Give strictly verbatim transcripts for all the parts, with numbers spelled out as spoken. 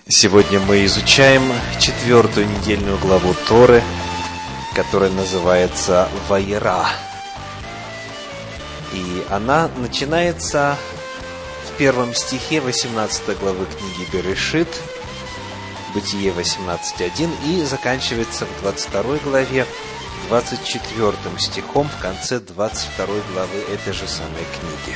Сегодня мы изучаем четвертую недельную главу Торы, которая называется «Ваера». И она начинается в первом стихе восемнадцатой главы книги Берешит, Бытие восемнадцать один, и заканчивается в двадцать второй главе, двадцать четвёртым стихом в конце двадцать второй главы этой же самой книги.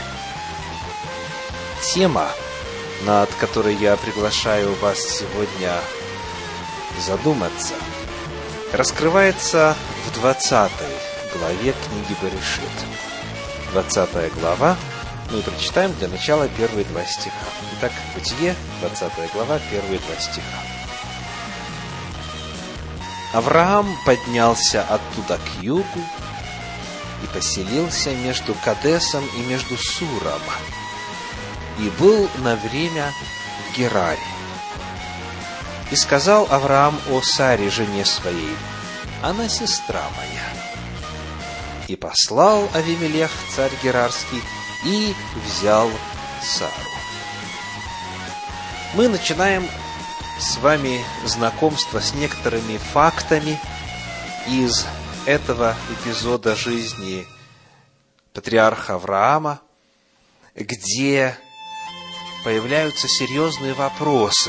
Тема, над которой я приглашаю вас сегодня задуматься, раскрывается в двадцатой главе книги Берешит. двадцатая глава, мы прочитаем для начала первые два стиха. Итак, Бытие, двадцатая глава, первые два стиха. Авраам поднялся оттуда к югу и поселился между Кадесом и между Суром, и был на время в Гераре. И сказал Авраам о Саре, жене своей: она сестра моя. И послал Авимелех, царь Герарский, и взял Сару. Мы начинаем с вами знакомство с некоторыми фактами из этого эпизода жизни патриарха Авраама, где появляются серьезные вопросы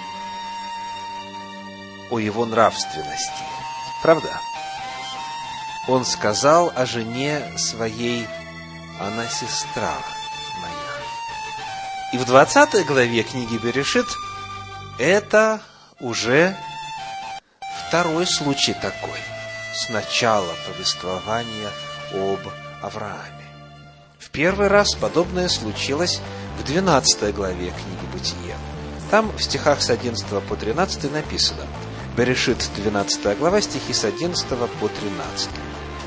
о его нравственности. Правда? Он сказал о жене своей: она сестра моя. И в двадцатой главе книги Берешит это уже второй случай такой, с начала повествования об Аврааме. В первый раз подобное случилось в двенадцатой главе книги Бытие. Там в стихах с одиннадцатого по тринадцатый написано: Берешит, двенадцатая глава, стихи с одиннадцатого по тринадцатый.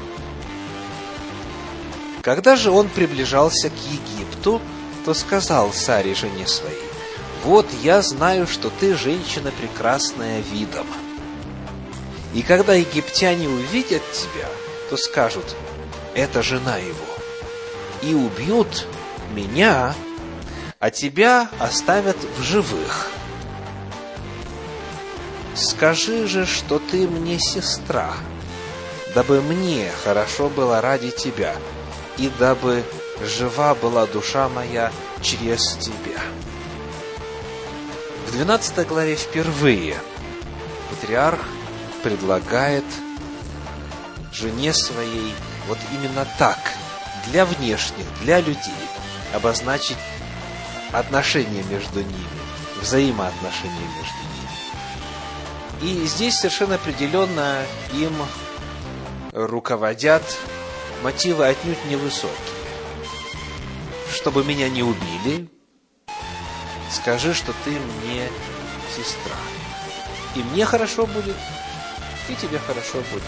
Когда же он приближался к Египту, то сказал Саре, жене своей: вот я знаю, что ты женщина прекрасная видом. И когда египтяне увидят тебя, то скажут: это жена его, и убьют меня, а тебя оставят в живых. Скажи же, что ты мне сестра, дабы мне хорошо было ради тебя, и дабы жива была душа моя через тебя. В двенадцатой главе впервые патриарх предлагает жене своей вот именно так, для внешних, для людей, обозначить отношения между ними, взаимоотношения между ними. И здесь совершенно определенно им руководят мотивы отнюдь невысокие. Чтобы меня не убили, скажи, что ты мне сестра. И мне хорошо будет, и тебе хорошо будет.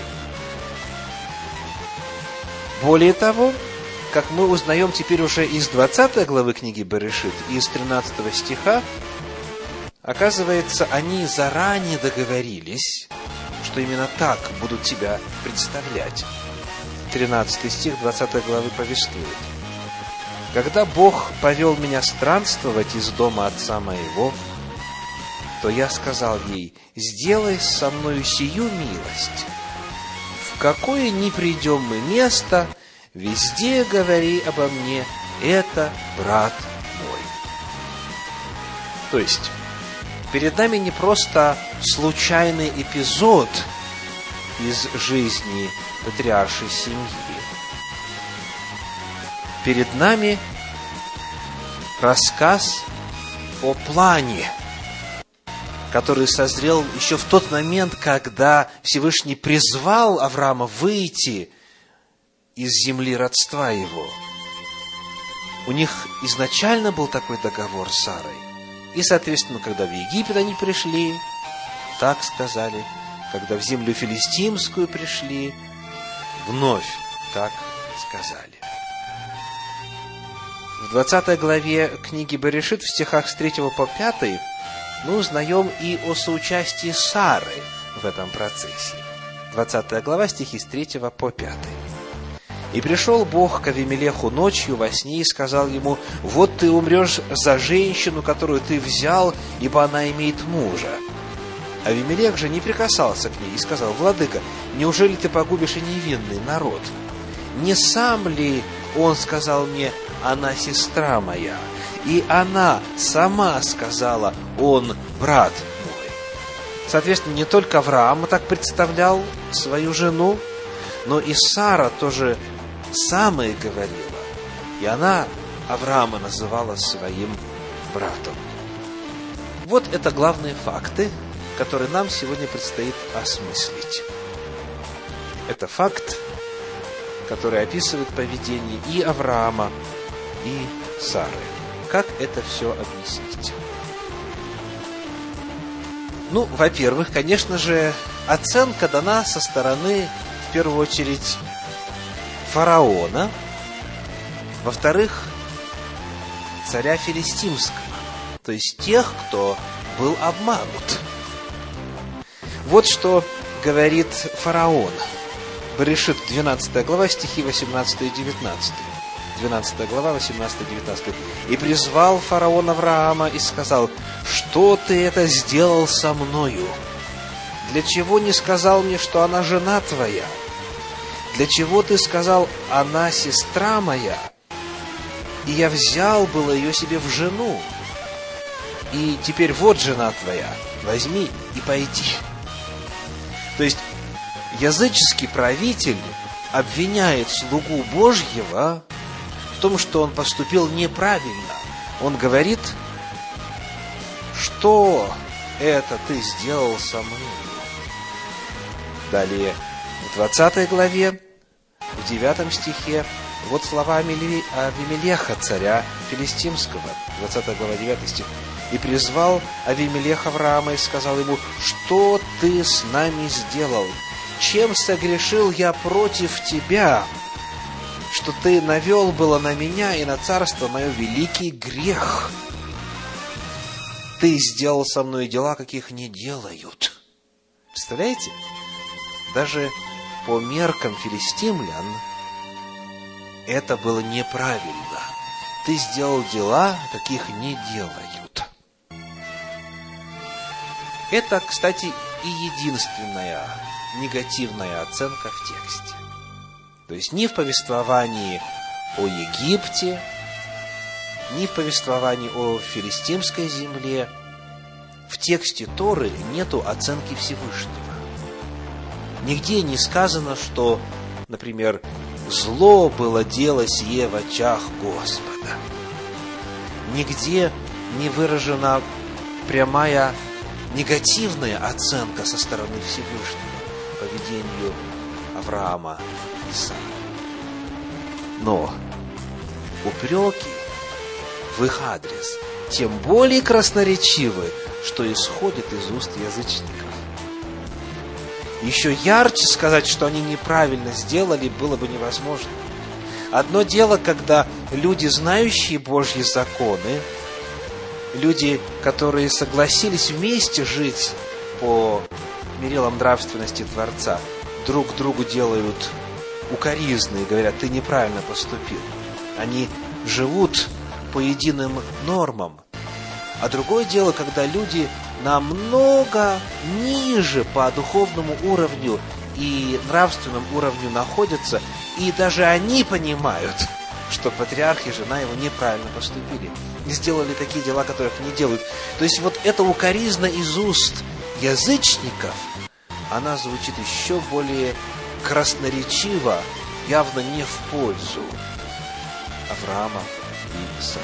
Более того, как мы узнаем теперь уже из двадцатой главы книги Берешит, и из тринадцатого стиха, оказывается, они заранее договорились, что именно так будут тебя представлять. тринадцатый стих двадцатой главы повествует: когда Бог повел меня странствовать из дома отца моего, то я сказал ей: сделай со мною сию милость. В какое ни придем мы место, везде говори обо мне: это брат мой. То есть, перед нами не просто случайный эпизод из жизни патриаршей семьи. Перед нами рассказ о плане, который созрел еще в тот момент, когда Всевышний призвал Авраама выйти из земли родства его. У них изначально был такой договор с Сарой. И, соответственно, когда в Египет они пришли, так сказали. Когда в землю филистимскую пришли, вновь так сказали. В двадцатой главе книги Берешит, в стихах с третьего по пятый, мы узнаем и о соучастии Сары в этом процессе. двадцатая глава, стихи с третьего по пятый. И пришел Бог к Авимелеху ночью во сне и сказал ему: вот ты умрешь за женщину, которую ты взял, ибо она имеет мужа. Авимелех же не прикасался к ней и сказал: владыка, неужели ты погубишь и невинный народ? Не сам ли он сказал мне: она сестра моя? И она сама сказала: он брат мой. Соответственно, не только Авраам так представлял свою жену, но и Сара тоже самое говорила. И она Авраама называла своим братом. Вот это главные факты, которые нам сегодня предстоит осмыслить. Это факт, который описывает поведение и Авраама, и Сары. Как это все объяснить? Ну, во-первых, конечно же, оценка дана со стороны, в первую очередь, фараона, во-вторых, царя Филистимского, то есть тех, кто был обманут. Вот что говорит фараон. Берешит, двенадцатая глава, стихи восемнадцатый и девятнадцатый. двенадцатая глава, восемнадцатый и девятнадцатый. «И призвал фараон Авраама и сказал: что ты это сделал со мною? Для чего не сказал мне, что она жена твоя? Для чего ты сказал: она сестра моя? И я взял было ее себе в жену. И теперь вот жена твоя, возьми и пойди». То есть, языческий правитель обвиняет слугу Божьего в том, что он поступил неправильно. Он говорит: что это ты сделал со мной? Далее, в двадцатой главе, в девятом стихе, вот слова Авимелеха, царя Филистимского. двадцатая глава, девятый стих. «И призвал Авимелех Авраама и сказал ему: что ты с нами сделал? Чем согрешил я против тебя, что ты навел было на меня и на царство мое великий грех? Ты сделал со мной дела, каких не делают». Представляете? Даже по меркам филистимлян это было неправильно. Ты сделал дела, каких не делают. Это, кстати, и единственная негативная оценка в тексте. То есть ни в повествовании о Египте, ни в повествовании о филистимской земле, в тексте Торы нету оценки Всевышнего. Нигде не сказано, что, например, зло было дело сие в очах Господа. Нигде не выражена прямая негативная оценка со стороны Всевышнего поведению Авраама и Сары. Но упреки в их адрес тем более красноречивы, что исходят из уст язычников. Еще ярче сказать, что они неправильно сделали, было бы невозможно. Одно дело, когда люди, знающие Божьи законы, люди, которые согласились вместе жить по мерилам нравственности Творца, друг другу делают укоризны и говорят: ты неправильно поступил. Они живут по единым нормам. А другое дело, когда люди намного ниже по духовному уровню и нравственному уровню находятся, и даже они понимают, что патриарх и жена его неправильно поступили, и сделали такие дела, которых не делают. То есть вот эта укоризна из уст язычников, она звучит еще более красноречиво, явно не в пользу Авраама и Сары.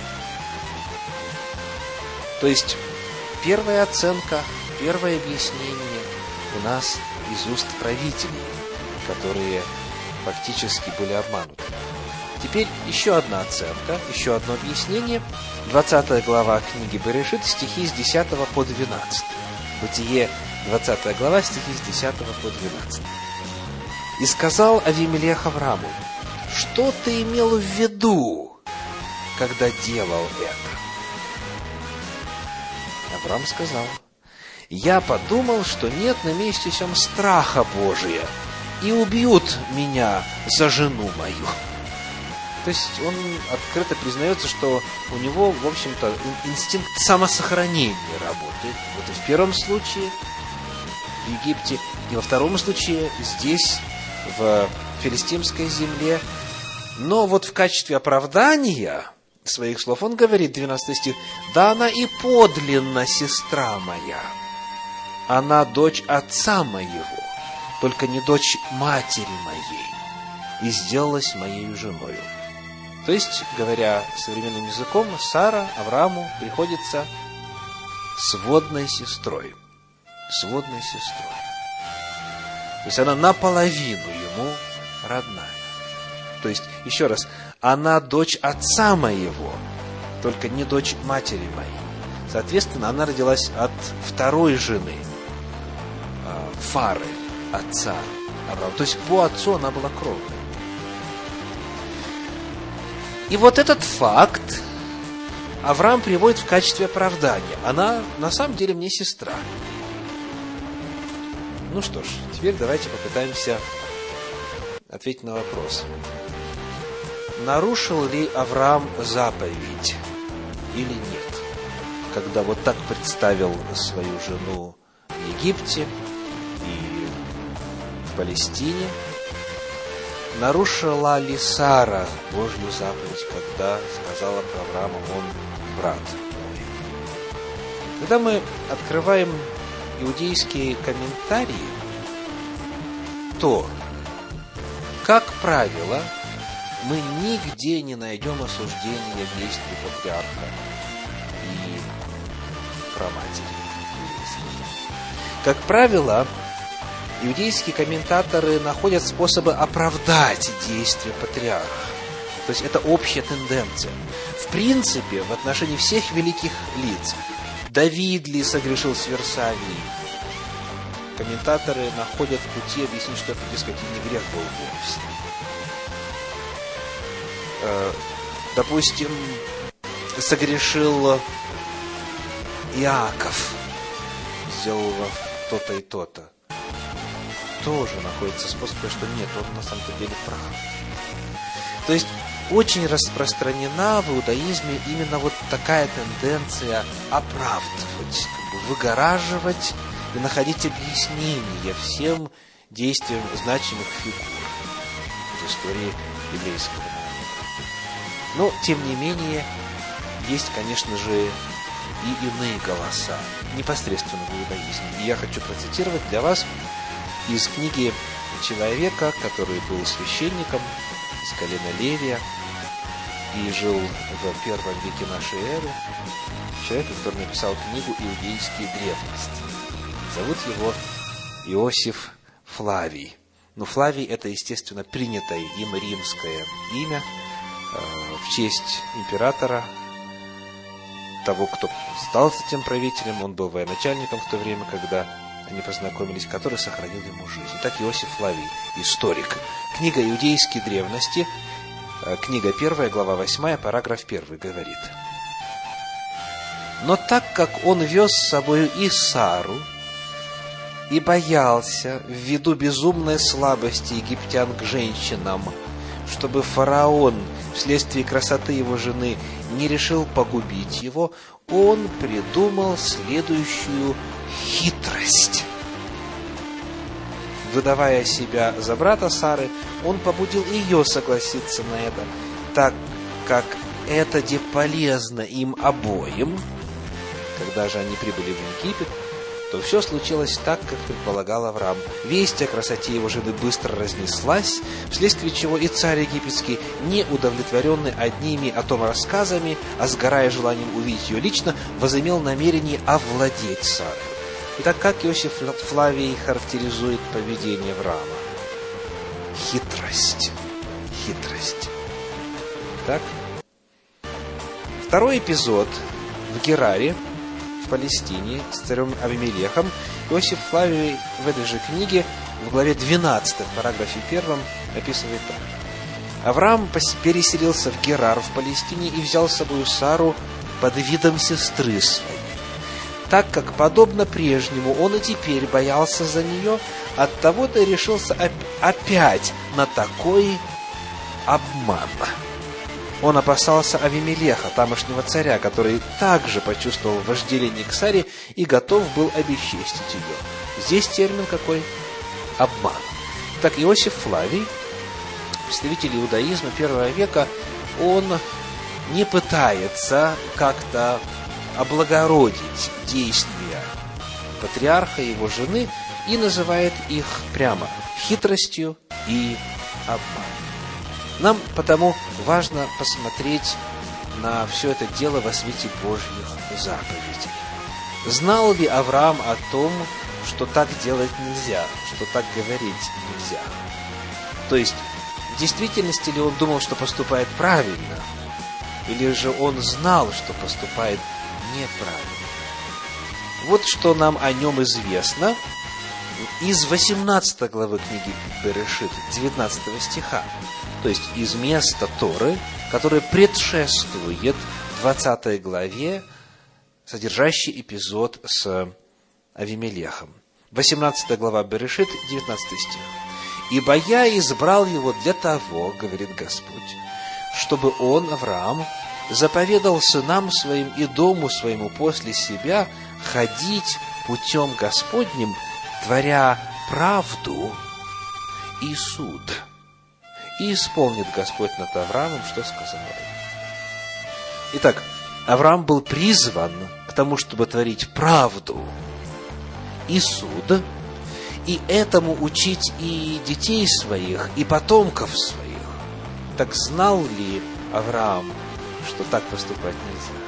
То есть первая оценка, первое объяснение у нас из уст правителей, которые фактически были обмануты. Теперь еще одна оценка, еще одно объяснение. двадцатая глава книги Берешит, стихи с десятого по двенадцатый. Бытие, двадцатая глава, стихи с десятого по двенадцатый. «И сказал Авимелех Аврааму: что ты имел в виду, когда делал это? Авраам сказал: я подумал, что нет на месте сем страха Божия, и убьют меня за жену мою. То есть он открыто признается, что у него, в общем-то, инстинкт самосохранения работает. Вот и в первом случае в Египте, и во втором случае здесь, в филистимской земле. Но вот в качестве оправдания своих слов он говорит, двенадцатый стих, «Да она и подлинно сестра моя, она дочь отца моего, только не дочь матери моей, и сделалась моей женою». То есть, говоря современным языком, Сара Аврааму приходится сводной сестрой. Сводной сестрой. То есть, она наполовину ему родная. То есть, еще раз, она дочь отца моего, только не дочь матери моей. Соответственно, она родилась от второй жены, Фары, отца Авраама. То есть, по отцу она была кровной. И вот этот факт Авраам приводит в качестве оправдания. Она на самом деле мне сестра. Ну что ж, теперь давайте попытаемся ответить на вопрос. Нарушил ли Авраам заповедь или нет, когда вот так представил свою жену в Египте и в Палестине? Нарушила ли Сара Божью заповедь, когда сказала про Авраама, он брат мой? Когда мы открываем иудейские комментарии, то, как правило, мы нигде не найдем осуждения действий патриарха и праматери. Как правило, иудейские комментаторы находят способы оправдать действия патриарха. То есть это общая тенденция. В принципе, в отношении всех великих лиц, Давид ли согрешил с Версавией, комментаторы находят пути объяснить, что это, дескать, не грех был вовсе. Допустим, согрешил Иаков, сделал то-то и то-то. Тоже находится способ, что нет, он на самом деле прав. То есть очень распространена в иудаизме именно вот такая тенденция оправдывать, как бы выгораживать и находить объяснения всем действиям значимых фигур в истории еврейского народа. Но, тем не менее, есть, конечно же, и иные голоса, непосредственно в иудаизме. И я хочу процитировать для вас из книги человека, который был священником из колена Левия и жил в первом веке нашей эры, человека, который написал книгу «Иудейские древности». Зовут его Иосиф Флавий. Но Флавий – это, естественно, принятое им римское имя э, в честь императора, того, кто стал этим правителем. Он был военачальником в то время, когда они познакомились, который сохранил ему жизнь. Итак, Иосиф Флавий, историк. Книга «Иудейские древности», книга первая, глава восьмая, параграф первый, говорит: «Но так как он вез с собой и Сару, и боялся, ввиду безумной слабости египтян к женщинам, чтобы фараон вследствие красоты его жены не решил погубить его, он придумал следующую хитрость. Выдавая себя за брата Сары, он побудил ее согласиться на это, так как это де полезно им обоим». Когда же они прибыли в Египет, то все случилось так, как предполагал Авраам. Весть о красоте его жены быстро разнеслась, вследствие чего и царь египетский, не удовлетворенный одними о том рассказами, а сгорая желанием увидеть ее лично, возымел намерение овладеть Сарой. Итак, как Иосиф Флавий характеризует поведение Авраама? Хитрость. Хитрость. Так? Второй эпизод в Гераре, в Палестине, с царем Авимелехом, Иосиф Флавий в этой же книге, в главе двенадцатой, в параграфе первом, описывает так. Авраам переселился в Герар в Палестине и взял с собой Сару под видом сестры своей. Так как, подобно прежнему, он и теперь боялся за нее, Оттого-то решился опять на такой обман. Он опасался Авимелеха, тамошнего царя, который также почувствовал вожделение к Саре и готов был обесчестить ее. Здесь термин какой? Обман. Так, Иосиф Флавий, представитель иудаизма первого века, он не пытается как-то облагородить действия патриарха и его жены и называет их прямо хитростью и обманом. Нам потому важно посмотреть на все это дело во свете Божьих заповедей. Знал ли Авраам о том, что так делать нельзя, что так говорить нельзя? То есть, в действительности ли он думал, что поступает правильно, или же он знал, что поступает неправильно? Вот что нам о нем известно из восемнадцатой главы книги Берешит, девятнадцатого стиха. То есть из места Торы, которое предшествует двадцатой главе, содержащий эпизод с Авимелехом. восемнадцатая глава Берешит, девятнадцатый стих. «Ибо я избрал его для того, — говорит Господь, — чтобы он, Авраам, заповедал сынам своим и дому своему после себя ходить путем Господним, творя правду и суд. И исполнит Господь над Авраамом, что сказал». Итак, Авраам был призван к тому, чтобы творить правду и суд, и этому учить и детей своих, и потомков своих. Так знал ли Авраам, что так поступать нельзя?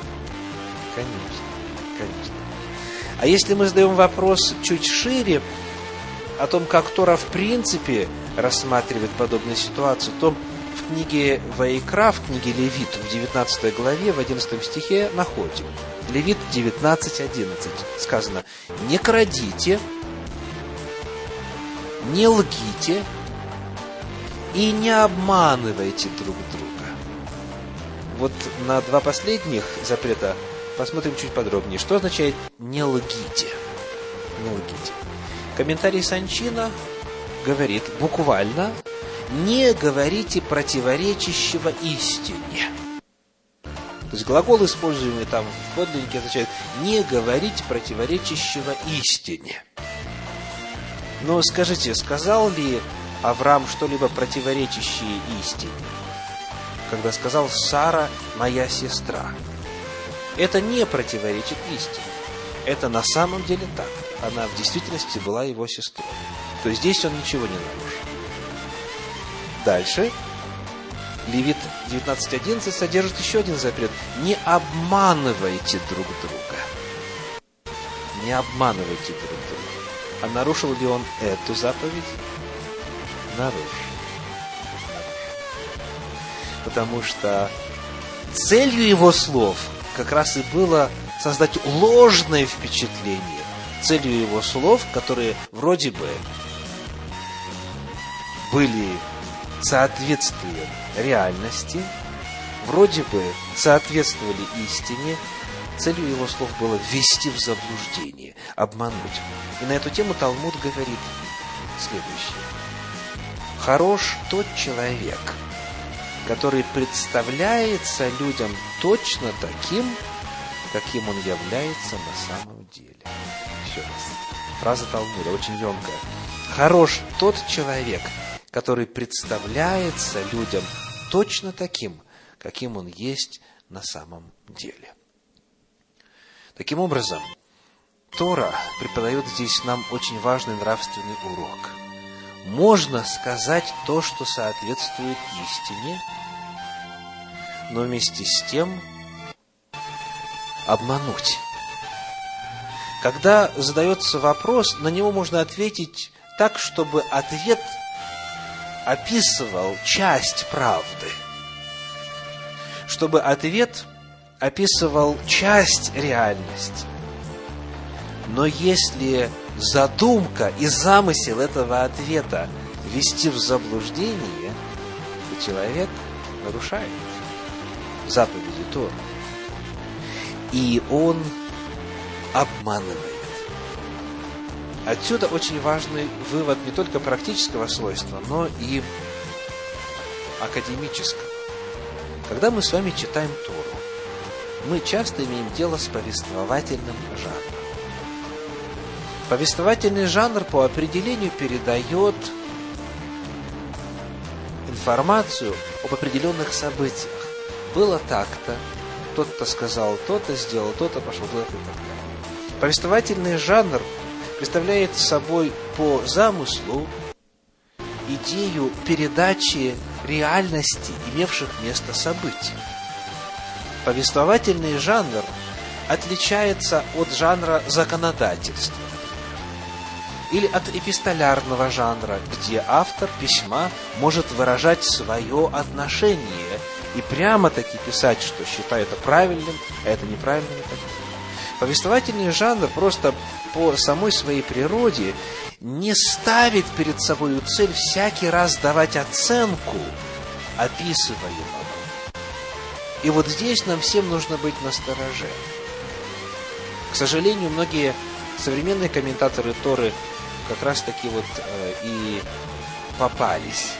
Конечно, конечно. А если мы задаем вопрос чуть шире, о том, как Тора в принципе рассматривает подобную ситуацию, то в книге Ваикра, в книге Левит, в девятнадцатой главе, в одиннадцатом стихе находим. Левит девятнадцать одиннадцать сказано: «Не крадите, не лгите и не обманывайте друг друга». Вот на два последних запрета посмотрим чуть подробнее. Что означает «не лгите»? Не лгите. Комментарий Санчина говорит буквально: «Не говорите противоречащего истине». То есть глагол, используемый там в подлиннике, означает «не говорить противоречащего истине». Но скажите, сказал ли Авраам что-либо противоречащее истине, когда сказал «Сара моя сестра»? Это не противоречит истине. Это на самом деле так. Она в действительности была его сестрой. То есть здесь он ничего не нарушил. Дальше. Левит девятнадцать одиннадцать содержит еще один запрет. Не обманывайте друг друга. Не обманывайте друг друга. А нарушил ли он эту заповедь? Нарушил. Потому что целью его слов как раз и было создать ложное впечатление. Целью его слов, которые вроде бы были соответствием реальности, вроде бы соответствовали истине, целью его слов было ввести в заблуждение, обмануть. И на эту тему Талмуд говорит следующее: «Хорош тот человек, который представляется людям точно таким, каким он является на самом деле». Еще раз. Фраза Талмуда очень емкая. «Хорош тот человек, который представляется людям точно таким, каким он есть на самом деле». Таким образом, Тора преподает здесь нам очень важный нравственный урок. Можно сказать то, что соответствует истине, но вместе с тем обмануть. Когда задается вопрос, на него можно ответить так, чтобы ответ описывал часть правды, чтобы ответ описывал часть реальности. Но если задумка и замысел этого ответа ввести в заблуждение, то человек нарушает заповеди Торы. И он обманывает. Отсюда очень важный вывод не только практического свойства, но и академического. Когда мы с вами читаем Тору, мы часто имеем дело с повествовательным жанром. Повествовательный жанр по определению передает информацию об определенных событиях. Было так-то, тот-то сказал то-то, сделал то-то, пошел туда-то и так далее. Повествовательный жанр представляет собой по замыслу идею передачи реальности, имевших место событий. Повествовательный жанр отличается от жанра законодательства или от эпистолярного жанра, где автор письма может выражать свое отношение и прямо-таки писать, что считает это правильным, а это неправильным и так далее. Повествовательный жанр просто по самой своей природе не ставит перед собой цель всякий раз давать оценку описываемому. И вот здесь нам всем нужно быть настороже. К сожалению, многие современные комментаторы Торы как раз таки вот э, и попались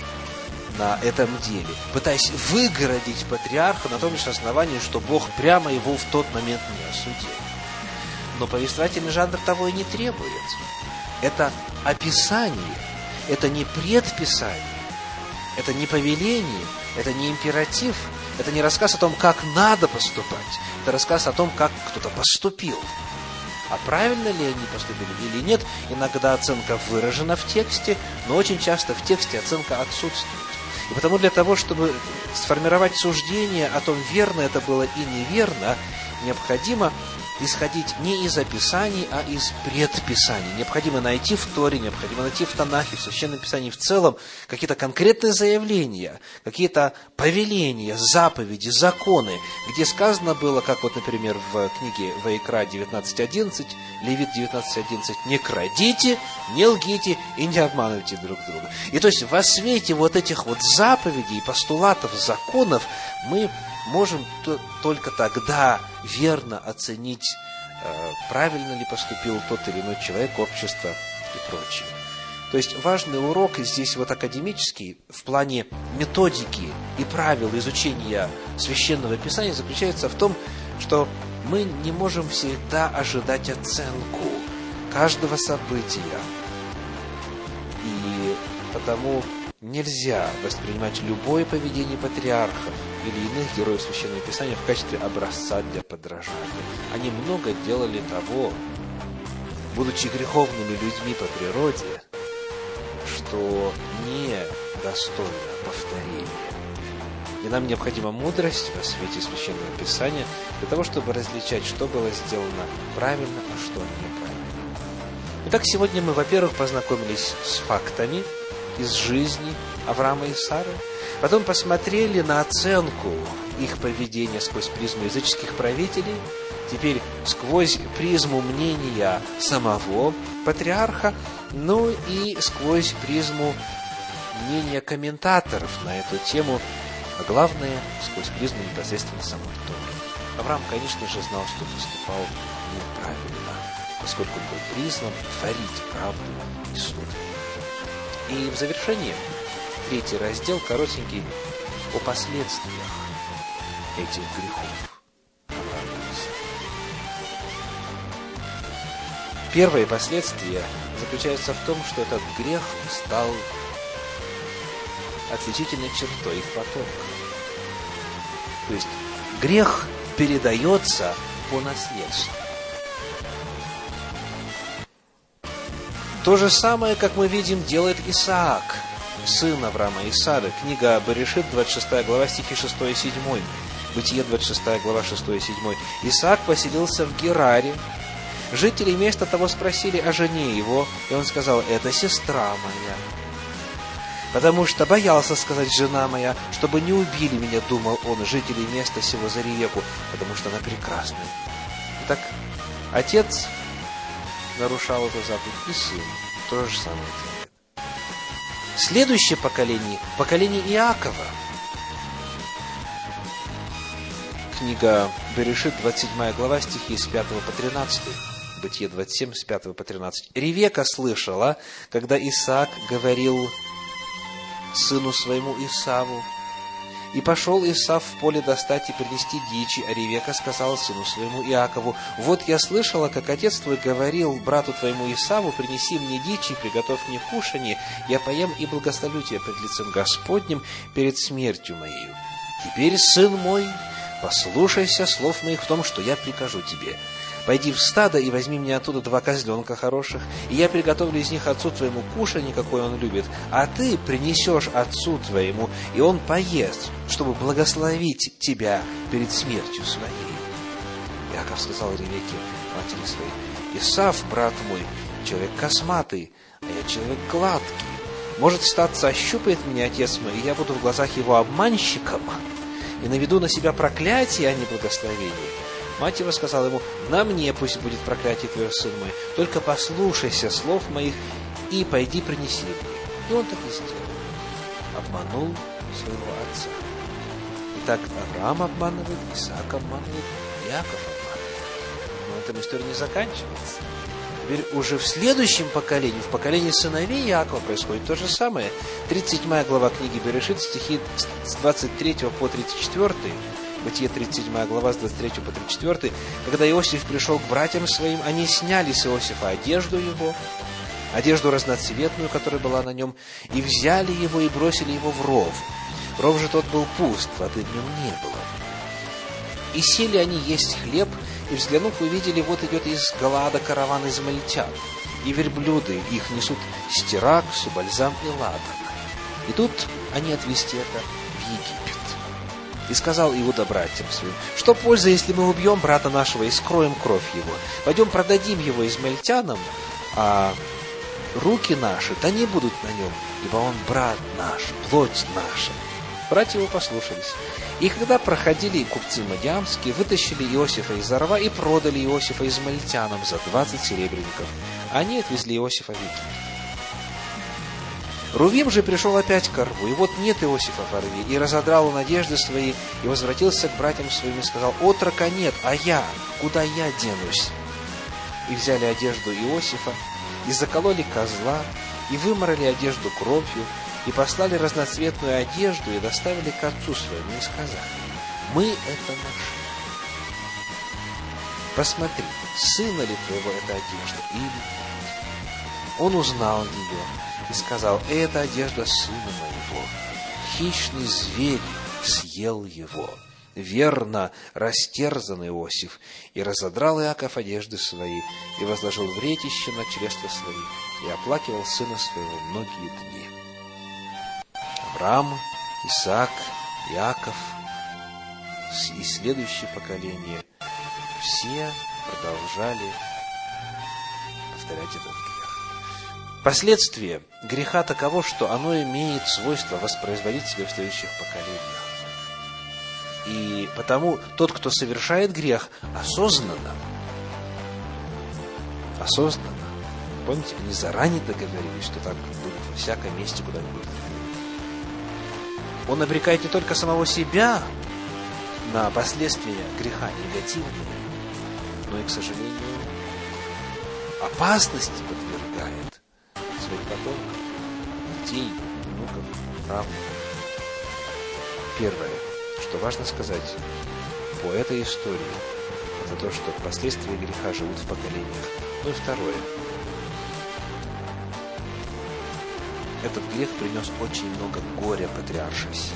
на этом деле, пытаясь выгородить патриарха на том лишь основании, что Бог прямо его в тот момент не осудил. Но повествовательный жанр того и не требует. Это описание, это не предписание, это не повеление, это не императив, это не рассказ о том, как надо поступать, это рассказ о том, как кто-то поступил. А правильно ли они поступили или нет, иногда оценка выражена в тексте, но очень часто в тексте оценка отсутствует. И потому для того, чтобы сформировать суждение о том, верно это было и неверно, необходимо исходить не из описаний, а из предписаний. Необходимо найти в Торе, необходимо найти в Танахе, в Священном Писании в целом какие-то конкретные заявления, какие-то повеления, заповеди, законы, где сказано было, как вот, например, в книге Ваикра девятнадцать одиннадцать, Левит девятнадцать одиннадцать, не крадите, не лгите и не обманывайте друг друга. И то есть во свете вот этих вот заповедей, постулатов, законов мы можем то, только тогда верно оценить, э, правильно ли поступил тот или иной человек, общество и прочее. То есть важный урок здесь вот академический в плане методики и правил изучения Священного Писания заключается в том, что мы не можем всегда ожидать оценку каждого события. И потому нельзя воспринимать любое поведение патриархов или иных героев Священного Писания в качестве образца для подражания. Они много делали того, будучи греховными людьми по природе, что не достойно повторения. И нам необходима мудрость во свете Священного Писания для того, чтобы различать, что было сделано правильно, а что неправильно. Итак, сегодня мы, во-первых, познакомились с фактами из жизни Авраама и Сары, потом посмотрели на оценку их поведения сквозь призму языческих правителей, теперь сквозь призму мнения самого патриарха, ну и сквозь призму мнения комментаторов на эту тему, а главное, сквозь призму непосредственно самой Торы. Авраам, конечно же, знал, что поступал неправильно, поскольку он был призван творить правду и суд. И в завершении третий раздел, коротенький, о последствиях этих грехов. Первое последствие заключается в том, что этот грех стал отличительной чертой их потомков. То есть грех передается по наследству. То же самое, как мы видим, делает Исаак, сын Авраама и Сары. Книга Берешит, двадцать шестая глава, стихи шесть и семь. Бытие, двадцать шестая глава, шесть и семь. Исаак поселился в Гераре. Жители места того спросили о жене его, и он сказал: это сестра моя. Потому что боялся сказать жена моя, чтобы не убили меня, думал он, жителей места сего за реку, потому что она прекрасная. Итак, отец нарушал эту заповедь, и сын то же самое делает. Следующее поколение, поколение Иакова. Книга Берешит, двадцать седьмая глава, стихи с пятого по тринадцатый. Бытие двадцать семь, с пятого по тринадцать. Ревека слышала, когда Исаак говорил сыну своему Исаву: «И пошел Исав в поле достать и принести дичи, а Ревека сказала сыну своему Иакову: вот я слышала, как отец твой говорил брату твоему Исаву: принеси мне дичи, приготовь мне кушанье, я поем и благословлю тебя пред лицем Господним перед смертью моею. Теперь, сын мой, послушайся слов моих в том, что я прикажу тебе. Пойди в стадо и возьми мне оттуда два козленка хороших, и я приготовлю из них отцу твоему кушанье, какое он любит, а ты принесешь отцу твоему, и он поест, чтобы благословить тебя перед смертью своей». Иаков сказал Ревекке, матери своей: «Исав, брат мой, человек косматый, а я человек гладкий. Может, статься, ощупает меня отец мой, и я буду в глазах его обманщиком, и наведу на себя проклятие, а не благословение». Мать его сказала ему: «На мне пусть будет проклятие твое, сын мой, только послушайся слов моих и пойди принеси мне». И он так и сделал. Обманул своего отца. Итак, Авраам обманывает, Исаак обманывает, Иаков обманывает. Но на этом история не заканчивается. Теперь уже в следующем поколении, в поколении сыновей Иакова, происходит то же самое. тридцать седьмая глава книги Берешит, стихи с двадцать третьего по тридцать четвёртый. Бытие тридцать седьмая глава, с двадцать третьего по тридцать четвёртый. Когда Иосиф пришел к братьям своим, они сняли с Иосифа одежду его, одежду разноцветную, которая была на нем, и взяли его и бросили его в ров. Ров же тот был пуст, воды в нем не было. И сели они есть хлеб, и, взглянув, увидели, вот идет из Галаада караван измаильтян, и верблюды их несут стирак, субальзам и ладан. И тут они отвезти это в Египет. И сказал Иуда братьям своим: что польза, если мы убьем брата нашего и скроем кровь его? Пойдем продадим его измаильтянам, а руки наши, да не будут на нем, ибо он брат наш, плоть наша. Братья его послушались. И когда проходили купцы мадиамские, вытащили Иосифа из рва и продали Иосифа измаильтянам за двадцать серебряников. Они отвезли Иосифа в Египет. Рувим же пришел опять к рву, и вот нет Иосифа в рве, и разодрал он одежды свои, и возвратился к братьям своим, и сказал: отрока нет, а я, куда я денусь? И взяли одежду Иосифа, и закололи козла, и выморали одежду кровью, и послали разноцветную одежду, и доставили к отцу своему, и сказали: мы это нашли. Посмотри, сына ли твоего эта одежда, или нет? Он узнал ее и сказал: это одежда сына моего. Хищный зверь съел его. Верно растерзан Иосиф, и разодрал Иаков одежды свои, и возложил вретище на чресла свои, и оплакивал сына своего многие дни. Авраам, Исаак, Иаков и следующее поколение все продолжали повторять этот грех. Последствия греха таково, что оно имеет свойство воспроизводить себя в следующих поколениях. И потому тот, кто совершает грех осознанно, осознанно, помните, они заранее договорились, что так будет во всяком месте, куда они будут. Он обрекает не только самого себя на последствия греха негативные, но и, к сожалению, опасности подвергает своих потомков, детей, внуков, правнуков. Первое, что важно сказать по этой истории, это то, что последствия греха живут в поколениях. Ну и второе. Этот грех принес очень много горя патриаршеси.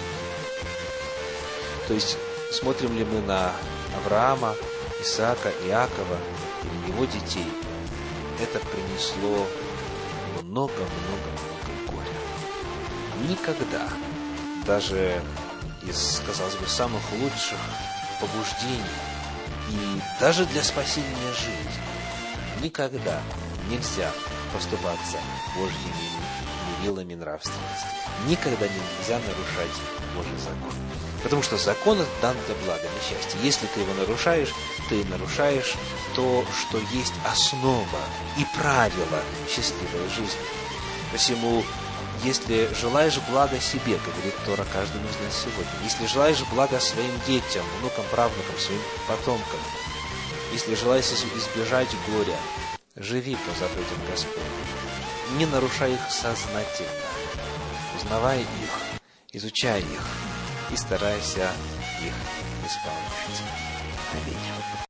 То есть, смотрим ли мы на Авраама, Исаака, Иакова или его детей, это принесло много-много-много горя. Никогда, даже из, казалось бы, самых лучших побуждений и даже для спасения жизни, никогда нельзя поступаться Божьими мерилами нравственности. Никогда нельзя нарушать Божий закон. Потому что закон дан для блага, для счастья. Если ты его нарушаешь, ты нарушаешь то, что есть основа и правило счастливой жизни. Посему, если желаешь блага себе, говорит Тора каждому из нас сегодня, если желаешь блага своим детям, внукам, правнукам, своим потомкам, Если желаешь избежать горя, живи по заповедям Господним. Не нарушай их сознательно. Узнавай их, изучай их и старайся их исполнять. Аминь.